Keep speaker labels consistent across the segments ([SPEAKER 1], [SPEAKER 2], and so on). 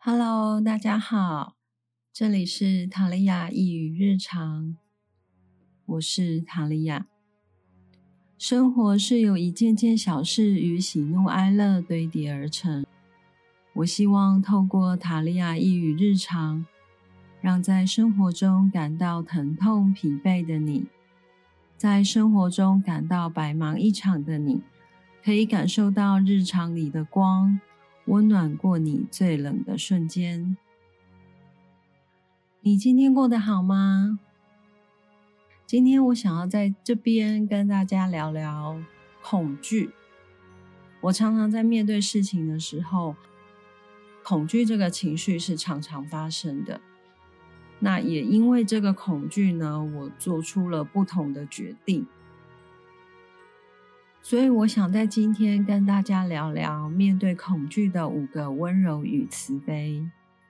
[SPEAKER 1] Hello，大家好，这里是塔利亚一语日常，我是塔利亚。生活是由一件件小事与喜怒哀乐堆叠而成。我希望透过塔利亚一语日常，让在生活中感到疼痛疲惫的你，在生活中感到白忙一场的你，可以感受到日常里的光，温暖过你最冷的瞬间。你今天过得好吗？今天我想要在这边跟大家聊聊恐惧。我常常在面对事情的时候，恐惧这个情绪是常常发生的。那也因为这个恐惧呢，我做出了不同的决定。所以我想在今天跟大家聊聊面对恐惧的5个温柔与慈悲。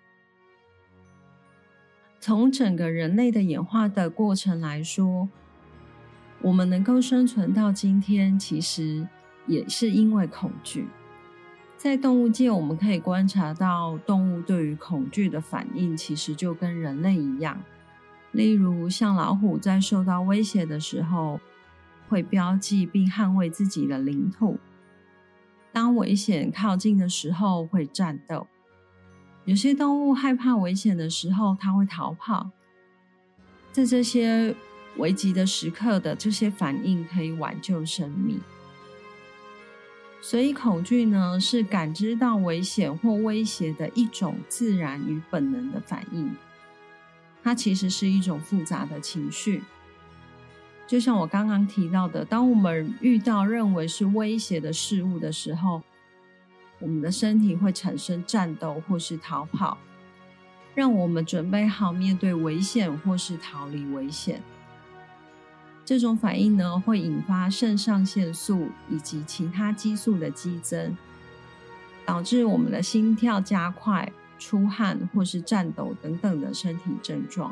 [SPEAKER 1] 从整个人类的演化的过程来说，我们能够生存到今天，其实也是因为恐惧。在动物界，我们可以观察到动物对于恐惧的反应其实就跟人类一样。例如像老虎在受到威胁的时候，会标记并捍卫自己的领土。当危险靠近的时候会战斗。有些动物害怕危险的时候，它会逃跑。在这些危急的时刻的这些反应可以挽救生命。所以恐惧呢，是感知到危险或威胁的一种自然与本能的反应。它其实是一种复杂的情绪。就像我刚刚提到的，当我们遇到认为是威胁的事物的时候，我们的身体会产生战斗或是逃跑，让我们准备好面对危险或是逃离危险。这种反应呢，会引发肾上腺素以及其他激素的激增，导致我们的心跳加快、出汗或是颤抖等等的身体症状。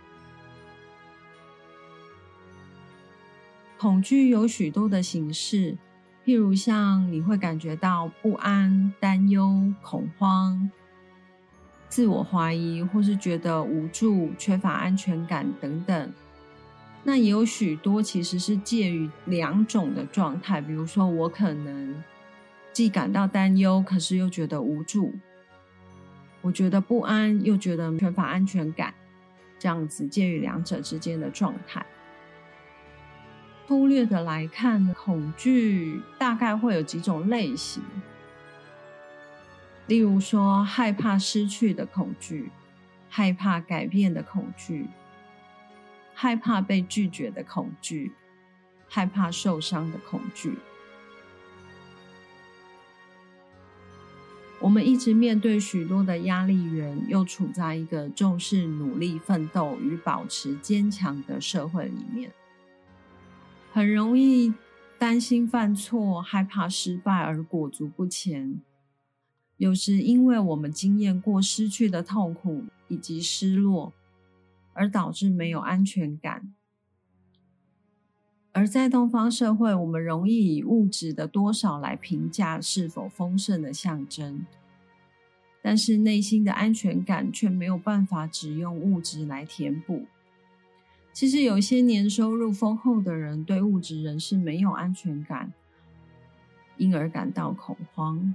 [SPEAKER 1] 恐惧有许多的形式，譬如像你会感觉到不安、担忧、恐慌、自我怀疑，或是觉得无助、缺乏安全感等等。那也有许多其实是介于2种的状态，比如说我可能既感到担忧，可是又觉得无助，我觉得不安，又觉得缺乏安全感，这样子介于2者之间的状态。粗略的来看，恐惧大概会有几种类型，例如说害怕失去的恐惧，害怕改变的恐惧，害怕被拒绝的恐惧，害怕受伤的恐惧。我们一直面对许多的压力源，又处在一个重视努力奋斗与保持坚强的社会里面，很容易担心犯错，害怕失败而裹足不前。有时因为我们经验过失去的痛苦以及失落，而导致没有安全感。而在东方社会，我们容易以物质的多少来评价是否丰盛的象征，但是内心的安全感却没有办法只用物质来填补。其实有一些年收入丰厚的人对物质仍是没有安全感，因而感到恐慌。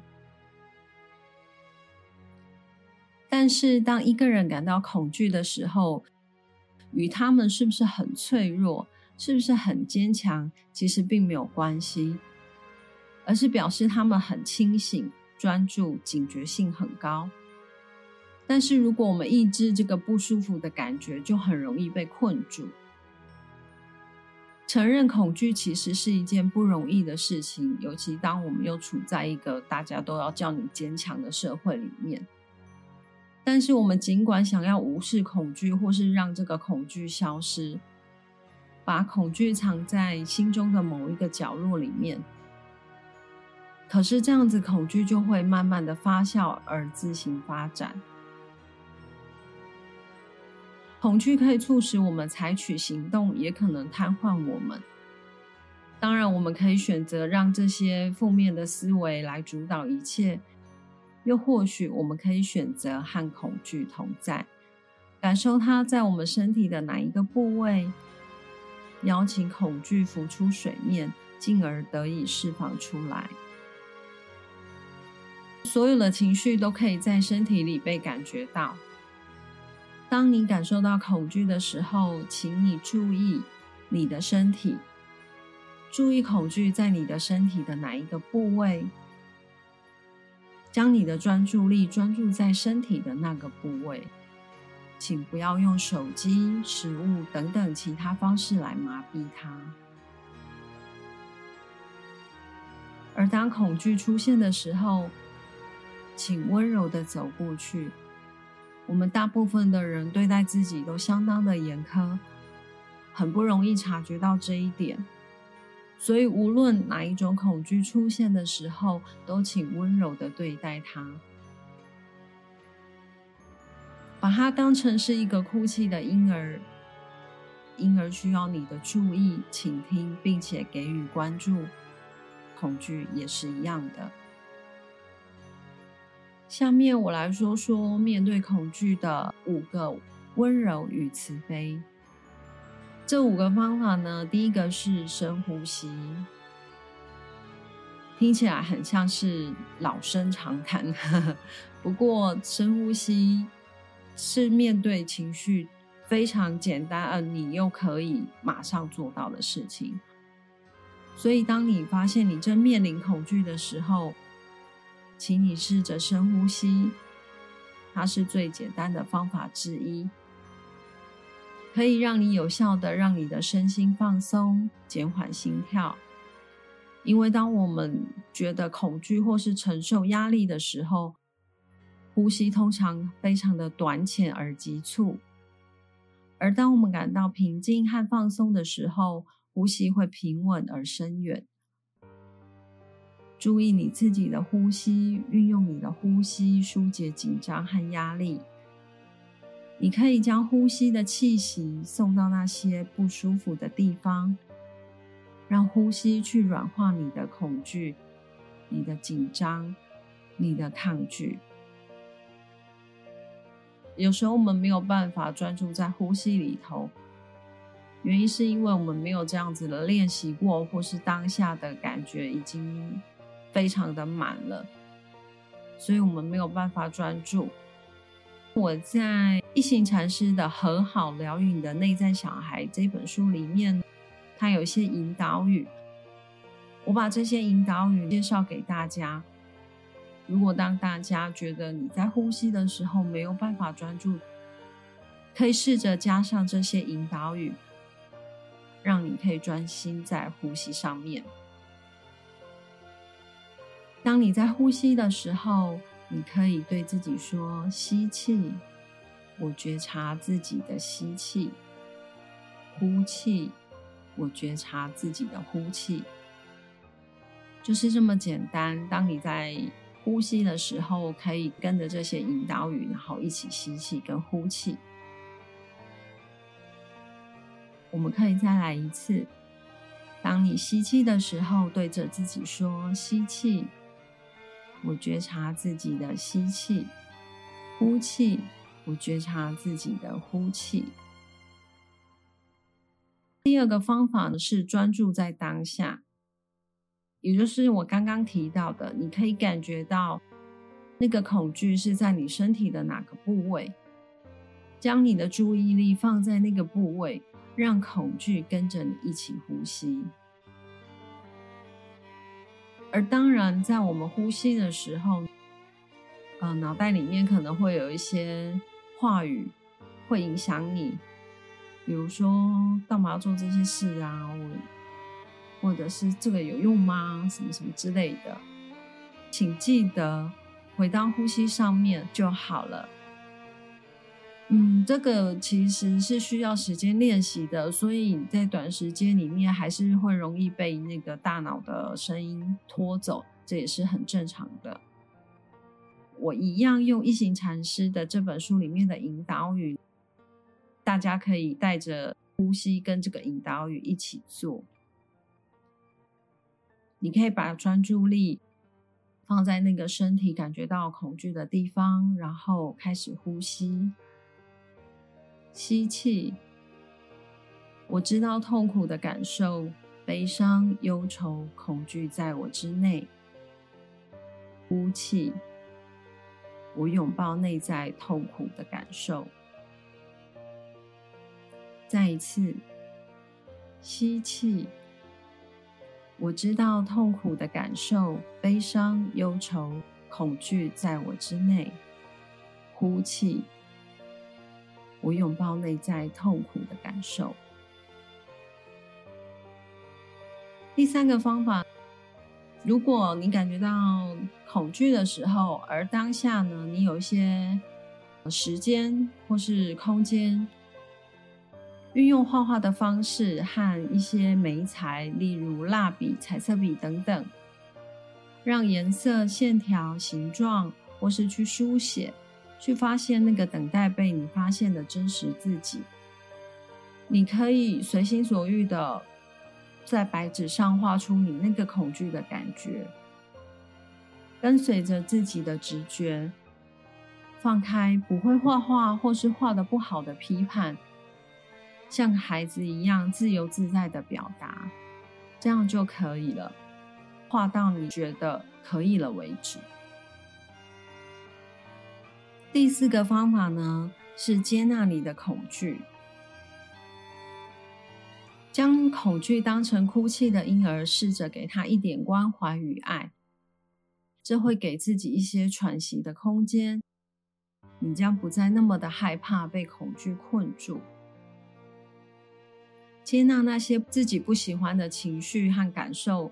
[SPEAKER 1] 但是当一个人感到恐惧的时候，与他们是不是很脆弱，是不是很坚强，其实并没有关系，而是表示他们很清醒、专注、警觉性很高。但是如果我们抑制这个不舒服的感觉，就很容易被困住。承认恐惧其实是一件不容易的事情，尤其当我们又处在一个大家都要叫你坚强的社会里面。但是我们尽管想要无视恐惧，或是让这个恐惧消失，把恐惧藏在心中的某一个角落里面，可是这样子恐惧就会慢慢的发酵而自行发展。恐惧可以促使我们采取行动，也可能瘫痪我们。当然我们可以选择让这些负面的思维来主导一切， 又或许我们可以选择和恐惧同在，感受它在我们身体的哪一个部位，邀请恐惧浮出水面，进而得以释放出来。所有的情绪都可以在身体里被感觉到。当你感受到恐惧的时候，请你注意你的身体，注意恐惧在你的身体的哪一个部位，将你的专注力专注在身体的那个部位。请不要用手机、食物等等其他方式来麻痹它。而当恐惧出现的时候，请温柔地走过去。我们大部分的人对待自己都相当的严苛，很不容易察觉到这一点。所以无论哪一种恐惧出现的时候，都请温柔地对待它。把它当成是一个哭泣的婴儿，婴儿需要你的注意、倾听，并且给予关注。恐惧也是一样的。下面我来说说面对恐惧的5个温柔与慈悲。这5个方法呢，第一个是深呼吸，听起来很像是老生常谈，不过深呼吸是面对情绪非常简单，而你又可以马上做到的事情。所以当你发现你正面临恐惧的时候，请你试着深呼吸，它是最简单的方法之一，可以让你有效的让你的身心放松，减缓心跳。因为当我们觉得恐惧或是承受压力的时候，呼吸通常非常的短浅而急促，而当我们感到平静和放松的时候，呼吸会平稳而深远。注意你自己的呼吸，运用你的呼吸疏解紧张和压力。你可以将呼吸的气息送到那些不舒服的地方，让呼吸去软化你的恐惧、你的紧张、你的抗拒。有时候我们没有办法专注在呼吸里头，原因是因为我们没有这样子的练习过，或是当下的感觉已经非常的满了，所以我们没有办法专注。我在一行禅师的《和好疗愈你的内在小孩》这本书里面，它有一些引导语，我把这些引导语介绍给大家。如果当大家觉得你在呼吸的时候没有办法专注，可以试着加上这些引导语，让你可以专心在呼吸上面。当你在呼吸的时候，你可以对自己说：吸气，我觉察自己的吸气；呼气，我觉察自己的呼气。就是这么简单。当你在呼吸的时候，可以跟着这些引导语，然后一起吸气跟呼气。我们可以再来一次。当你吸气的时候，对着自己说：吸气，我觉察自己的吸气；呼气，我觉察自己的呼气。第2个方法呢，是专注在当下，也就是我刚刚提到的，你可以感觉到那个恐惧是在你身体的哪个部位，将你的注意力放在那个部位，让恐惧跟着你一起呼吸。而当然在我们呼吸的时候，脑袋里面可能会有一些话语会影响你，比如说干嘛要做这些事啊，或者是这个有用吗，什么什么之类的。请记得回到呼吸上面就好了。这个其实是需要时间练习的，所以你在短时间里面还是会容易被那个大脑的声音拖走，这也是很正常的。我一样用一行禅师的这本书里面的引导语，大家可以带着呼吸跟这个引导语一起做。你可以把专注力放在那个身体感觉到恐惧的地方，然后开始呼吸。吸气，我知道痛苦的感受，悲伤、忧愁、恐惧在我之内。呼气，我拥抱内在痛苦的感受。再一次，吸气，我知道痛苦的感受，悲伤、忧愁、恐惧在我之内。呼气，我拥抱内在痛苦的感受。第三个方法，如果你感觉到恐惧的时候，而当下呢，你有一些时间或是空间，运用画画的方式和一些媒材，例如蜡笔、彩色笔等等，让颜色、线条、形状，或是去书写，去发现那个等待被你发现的真实自己。你可以随心所欲的在白纸上画出你那个恐惧的感觉，跟随着自己的直觉，放开不会画画或是画得不好的批判，像孩子一样自由自在的表达，这样就可以了。画到你觉得可以了为止。第四个方法呢，是接纳你的恐惧。将恐惧当成哭泣的婴儿，试着给他一点关怀与爱，这会给自己一些喘息的空间，你将不再那么的害怕被恐惧困住。接纳那些自己不喜欢的情绪和感受，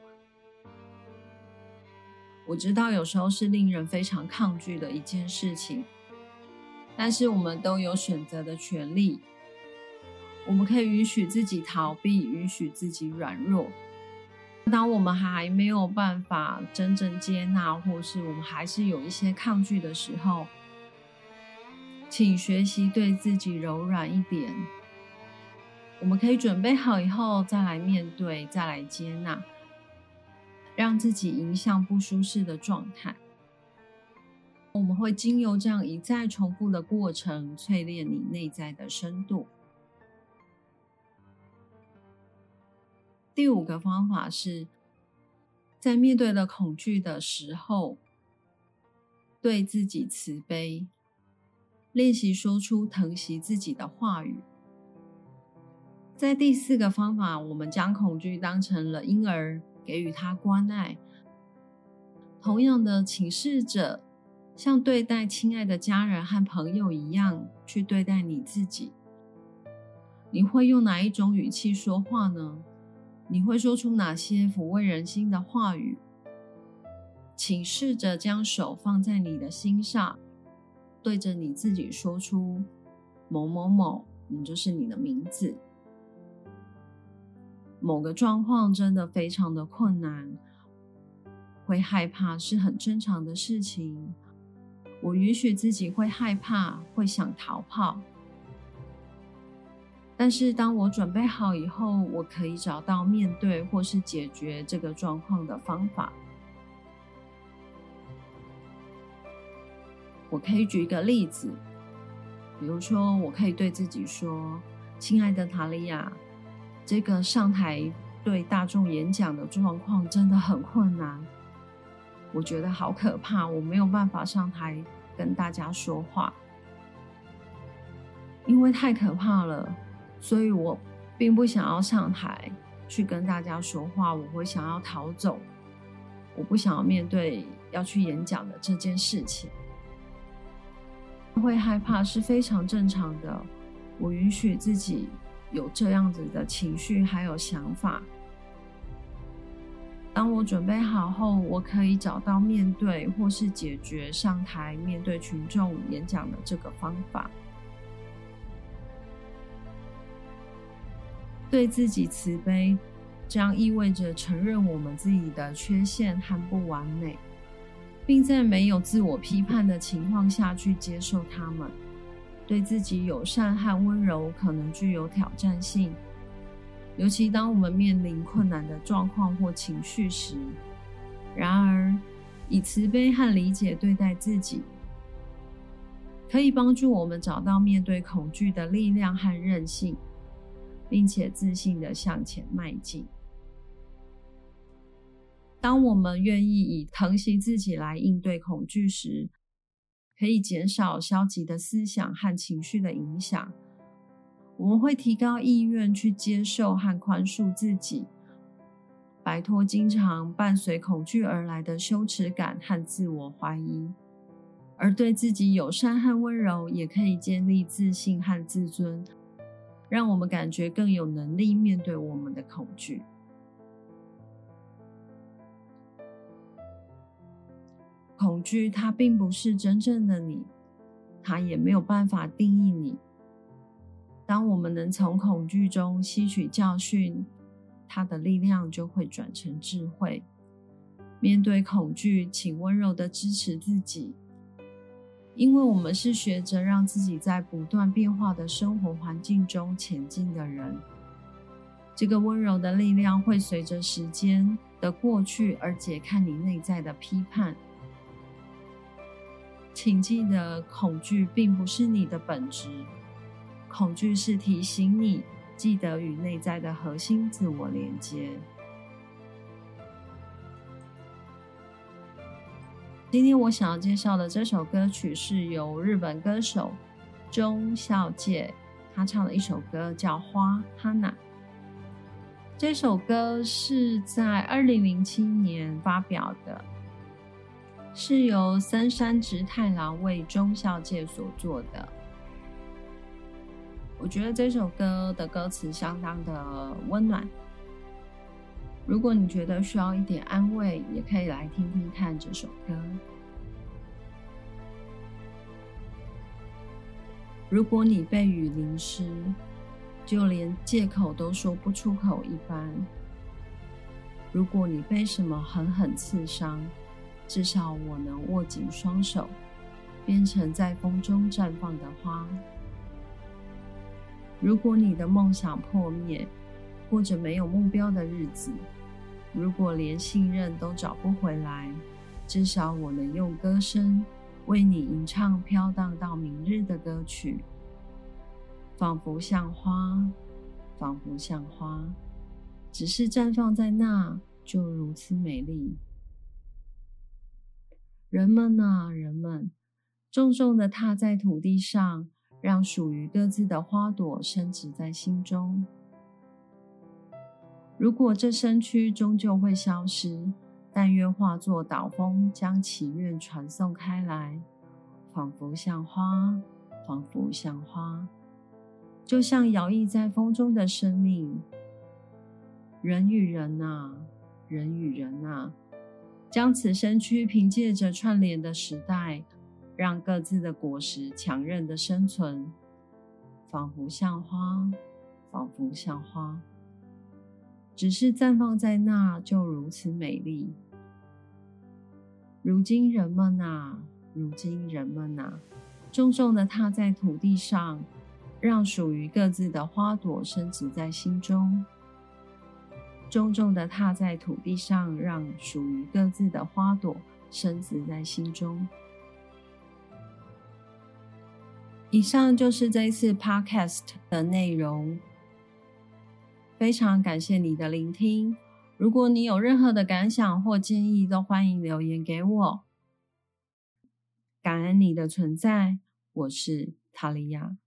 [SPEAKER 1] 我知道有时候是令人非常抗拒的一件事情，但是我们都有选择的权利。我们可以允许自己逃避，允许自己软弱。当我们还没有办法真正接纳，或是我们还是有一些抗拒的时候，请学习对自己柔软一点。我们可以准备好以后再来面对，再来接纳，让自己迎向不舒适的状态。我们会经由这样一再重复的过程，淬炼你内在的深度。第五个方法是，在面对了恐惧的时候，对自己慈悲，练习说出疼惜自己的话语。在第四个方法，我们将恐惧当成了婴儿，给予他关爱。同样的，请试着像对待亲爱的家人和朋友一样去对待你自己。你会用哪一种语气说话呢？你会说出哪些抚慰人心的话语？请试着将手放在你的心上，对着你自己说出某某某，你就是你的名字。某个状况真的非常的困难，会害怕是很正常的事情。我允许自己会害怕，会想逃跑。但是当我准备好以后，我可以找到面对或是解决这个状况的方法。我可以举一个例子，比如说我可以对自己说，亲爱的塔利亚，这个上台对大众演讲的状况真的很困难，我觉得好可怕，我没有办法上台跟大家说话，因为太可怕了，所以我并不想要上台去跟大家说话，我会想要逃走，我不想要面对要去演讲的这件事情。会害怕是非常正常的，我允许自己有这样子的情绪还有想法。当我准备好后，我可以找到面对或是解决上台面对群众演讲的这个方法。对自己慈悲，这样意味着承认我们自己的缺陷和不完美，并在没有自我批判的情况下去接受它们。对自己友善和温柔可能具有挑战性，尤其当我们面临困难的状况或情绪时。然而， 以慈悲和理解对待自己，可以帮助我们找到面对恐惧的力量和韧性，并且自信地向前迈进。当我们愿意以疼惜自己来应对恐惧时，可以减少消极的思想和情绪的影响。我们会提高意愿去接受和宽恕自己，摆脱经常伴随恐惧而来的羞耻感和自我怀疑，而对自己友善和温柔，也可以建立自信和自尊，让我们感觉更有能力面对我们的恐惧。恐惧它并不是真正的你，它也没有办法定义你。当我们能从恐惧中吸取教训，它的力量就会转成智慧。面对恐惧，请温柔地支持自己，因为我们是学着让自己在不断变化的生活环境中前进的人。这个温柔的力量会随着时间的过去而解开你内在的批判。请记得，恐惧并不是你的本质，恐惧是提醒你记得与内在的核心自我连接。今天我想要介绍的这首歌曲是由日本歌手中孝介他唱的一首歌，叫《花》Hana。这首歌是在2007年发表的，是由森山直太郎为中孝介所做的。我觉得这首歌的歌词相当的温暖，如果你觉得需要一点安慰，也可以来听听看这首歌。如果你被雨淋湿，就连借口都说不出口一般；如果你被什么狠狠刺伤，至少我能握紧双手，变成在风中绽放的花。如果你的梦想破灭，过着没有目标的日子，如果连信任都找不回来，至少我能用歌声为你吟唱飘荡到明日的歌曲。仿佛像花，仿佛像花，只是绽放在那，就如此美丽。人们啊，人们，重重地踏在土地上，让属于各自的花朵生植在心中。如果这身躯终究会消失，但愿化作岛风，将祈愿传送开来。仿佛像花，仿佛像花，就像摇曳在风中的生命。人与人啊，人与人啊，将此身躯凭借着串联的时代，让各自的果实强韧的生存。仿佛像花，仿佛像花，只是绽放在那，就如此美丽。如今人们啊，如今人们啊，重重地踏在土地上，让属于各自的花朵生植在心中。重重地踏在土地上，让属于各自的花朵生植在心中。以上就是这一次 Podcast 的内容，非常感谢你的聆听。如果你有任何的感想或建议，都欢迎留言给我。感恩你的存在，我是塔利亚。